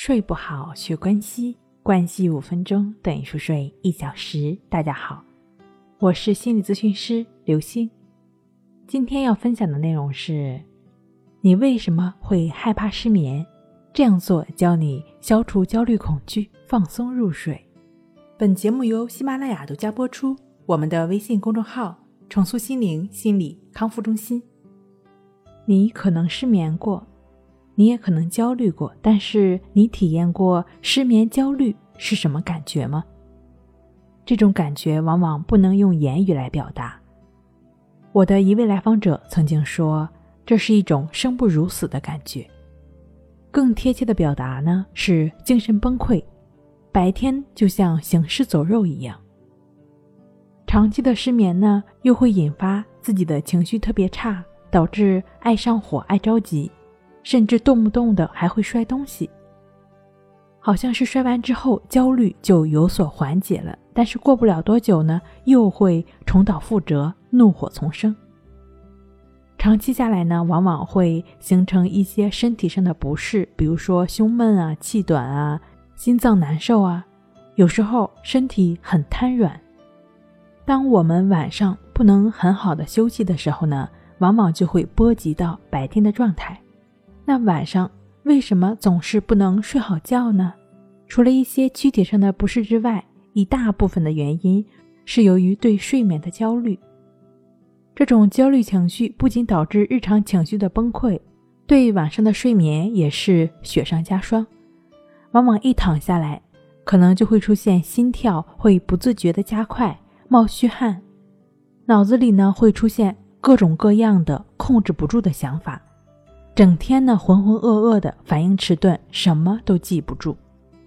睡不好学关系，关系5分钟等于熟睡1小时。大家好，我是心理咨询师刘星。今天要分享的内容是：你为什么会害怕失眠？这样做教你消除焦虑恐惧，放松入睡。本节目由喜马拉雅独家播出，我们的微信公众号重塑心灵心理康复中心。你可能失眠过，你也可能焦虑过，但是你体验过失眠焦虑是什么感觉吗？这种感觉往往不能用言语来表达。我的一位来访者曾经说，这是一种生不如死的感觉。更贴切的表达呢，是精神崩溃，白天就像行尸走肉一样。长期的失眠呢，又会引发自己的情绪特别差，导致爱上火、爱着急，甚至动不动的还会摔东西。好像是摔完之后焦虑就有所缓解了，但是过不了多久呢，又会重蹈覆辙，怒火丛生。长期下来呢，往往会形成一些身体上的不适，比如说胸闷啊、气短啊、心脏难受啊，有时候身体很瘫软。当我们晚上不能很好的休息的时候呢，往往就会波及到白天的状态。那晚上为什么总是不能睡好觉呢？除了一些躯体上的不适之外，一大部分的原因是由于对睡眠的焦虑。这种焦虑情绪不仅导致日常情绪的崩溃，对晚上的睡眠也是雪上加霜。往往一躺下来，可能就会出现心跳会不自觉地加快，冒虚汗，脑子里呢会出现各种各样的控制不住的想法，整天呢浑浑噩噩的，反应迟钝，什么都记不住。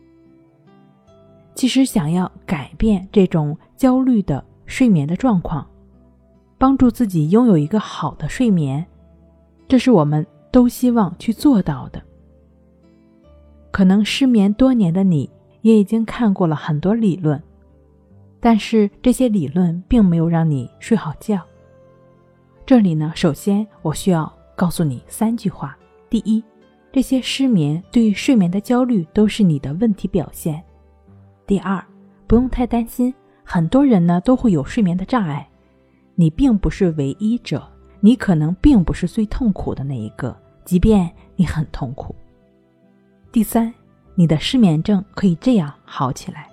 其实想要改变这种焦虑的睡眠的状况，帮助自己拥有一个好的睡眠，这是我们都希望去做到的。可能失眠多年的你也已经看过了很多理论，但是这些理论并没有让你睡好觉。这里呢，首先我需要告诉你3句话。第一，这些失眠对睡眠的焦虑都是你的问题表现。第二，不用太担心，很多人呢都会有睡眠的障碍，你并不是唯一者，你可能并不是最痛苦的那一个，即便你很痛苦。第三，你的失眠症可以这样好起来。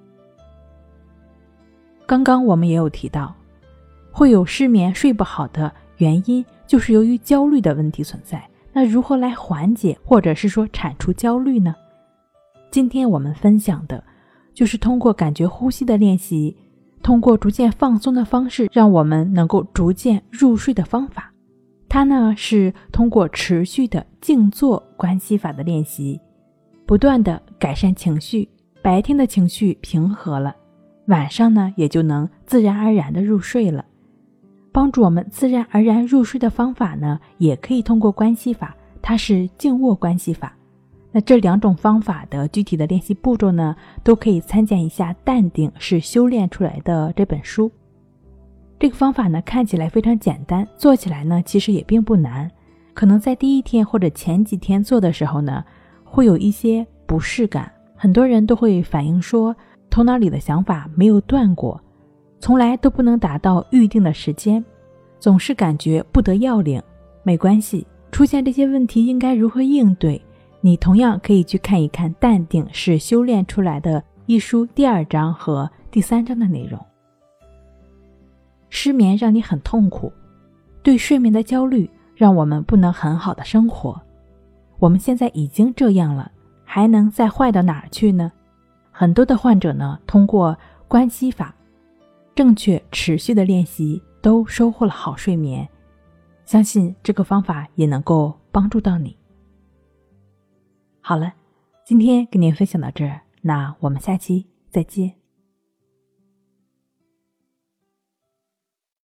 刚刚我们也有提到，会有失眠睡不好的原因就是由于焦虑的问题存在。那如何来缓解或者是说铲除焦虑呢？今天我们分享的就是通过感觉呼吸的练习，通过逐渐放松的方式，让我们能够逐渐入睡的方法。它呢是通过持续的静坐观息法的练习，不断的改善情绪，白天的情绪平和了，晚上呢也就能自然而然的入睡了。帮助我们自然而然入睡的方法呢，也可以通过观息法，它是静卧观息法。那这2种方法的具体的练习步骤呢，都可以参见一下《淡定是修炼出来的》这本书。这个方法呢，看起来非常简单，做起来呢其实也并不难。可能在第1天或者前几天做的时候呢，会有一些不适感，很多人都会反映说，头脑里的想法没有断过，从来都不能达到预定的时间，总是感觉不得要领。没关系，出现这些问题应该如何应对，你同样可以去看一看《淡定是修炼出来的》一书第2章和第3章的内容。失眠让你很痛苦，对睡眠的焦虑让我们不能很好的生活。我们现在已经这样了，还能再坏到哪儿去呢？很多的患者呢，通过观息法正确持续的练习，都收获了好睡眠。相信这个方法也能够帮助到你。好了，今天跟您分享到这儿，那我们下期再见。